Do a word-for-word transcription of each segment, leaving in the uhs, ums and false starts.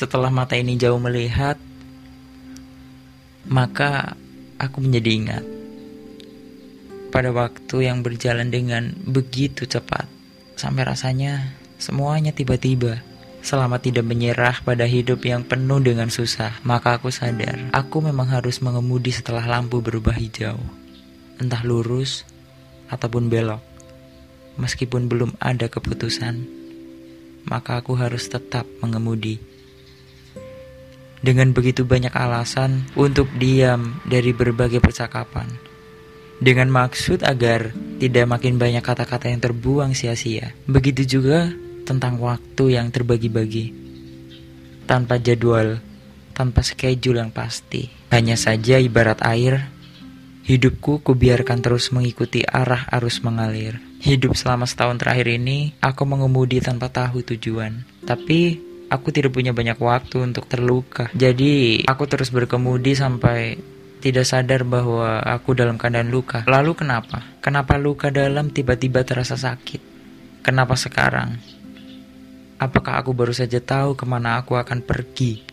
Setelah mata ini jauh melihat, maka aku menjadi ingat pada waktu yang berjalan dengan begitu cepat, sampai rasanya semuanya tiba-tiba. Selama tidak menyerah pada hidup yang penuh dengan susah, maka aku sadar aku memang harus mengemudi setelah lampu berubah hijau, entah lurus ataupun belok. Meskipun belum ada keputusan, maka aku harus tetap mengemudi. Dengan begitu banyak alasan untuk diam dari berbagai percakapan, dengan maksud agar tidak makin banyak kata-kata yang terbuang sia-sia. Begitu juga tentang waktu yang terbagi-bagi, tanpa jadwal, tanpa schedule yang pasti. Hanya saja ibarat air, hidupku kubiarkan terus mengikuti arah arus mengalir. Hidup selama setahun terakhir ini, aku mengemudi tanpa tahu tujuan. Tapi aku tidak punya banyak waktu untuk terluka. Jadi aku terus berkemudi sampai tidak sadar bahwa aku dalam keadaan luka. Lalu kenapa? Kenapa luka dalam tiba-tiba terasa sakit? Kenapa sekarang? Apakah aku baru saja tahu kemana aku akan pergi?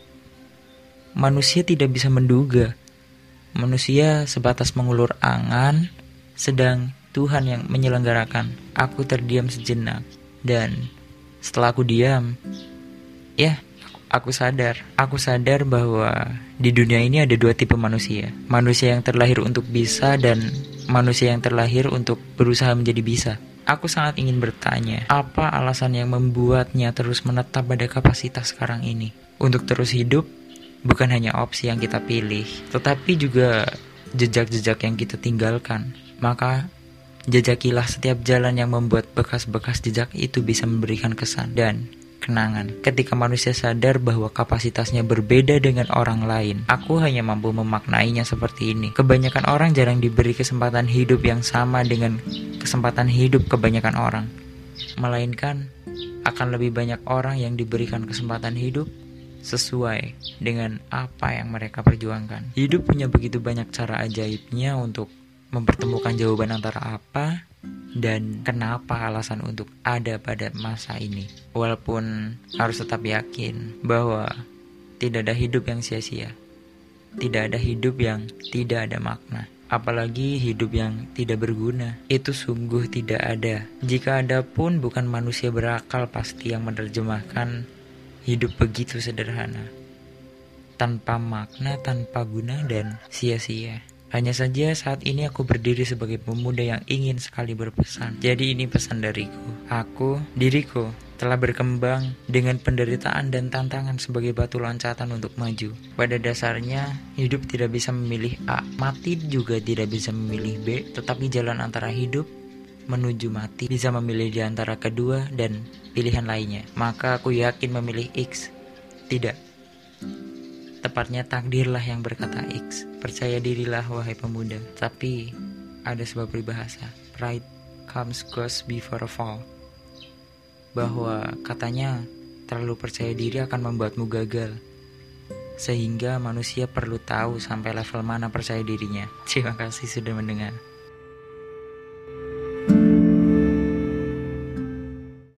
Manusia tidak bisa menduga. Manusia sebatas mengulur angan, sedang Tuhan yang menyelenggarakan. Aku terdiam sejenak, dan setelah aku diam, ya, aku sadar. Aku sadar bahwa di dunia ini ada dua tipe manusia. Manusia yang terlahir untuk bisa dan manusia yang terlahir untuk berusaha menjadi bisa. Aku sangat ingin bertanya, apa alasan yang membuatnya terus menetap pada kapasitas sekarang ini? Untuk terus hidup, bukan hanya opsi yang kita pilih, tetapi juga jejak-jejak yang kita tinggalkan. Maka, jajakilah setiap jalan yang membuat bekas-bekas jejak itu bisa memberikan kesan dan kenangan. Ketika manusia sadar bahwa kapasitasnya berbeda dengan orang lain, aku hanya mampu memaknainya seperti ini. Kebanyakan orang jarang diberi kesempatan hidup yang sama dengan kesempatan hidup kebanyakan orang, melainkan akan lebih banyak orang yang diberikan kesempatan hidup sesuai dengan apa yang mereka perjuangkan. Hidup punya begitu banyak cara ajaibnya untuk mempertemukan jawaban antara apa dan kenapa alasan untuk ada pada masa ini. Walaupun harus tetap yakin bahwa tidak ada hidup yang sia-sia, tidak ada hidup yang tidak ada makna, apalagi hidup yang tidak berguna. Itu sungguh tidak ada. Jika ada pun bukan manusia berakal pasti yang menerjemahkan hidup begitu sederhana, tanpa makna, tanpa guna, dan sia-sia. Hanya saja saat ini aku berdiri sebagai pemuda yang ingin sekali berpesan. Jadi ini pesan dariku. Aku, diriku, telah berkembang dengan penderitaan dan tantangan sebagai batu loncatan untuk maju. Pada dasarnya, hidup tidak bisa memilih A, mati juga tidak bisa memilih B, tetapi jalan antara hidup menuju mati bisa memilih di antara kedua dan pilihan lainnya. Maka aku yakin memilih X. Tidak. Tepatnya takdirlah yang berkata X. Percaya dirilah wahai pemuda. Tapi ada sebuah peribahasa, pride comes goes before a fall, bahwa katanya terlalu percaya diri akan membuatmu gagal, sehingga manusia perlu tahu sampai level mana percaya dirinya. Terima kasih sudah mendengar.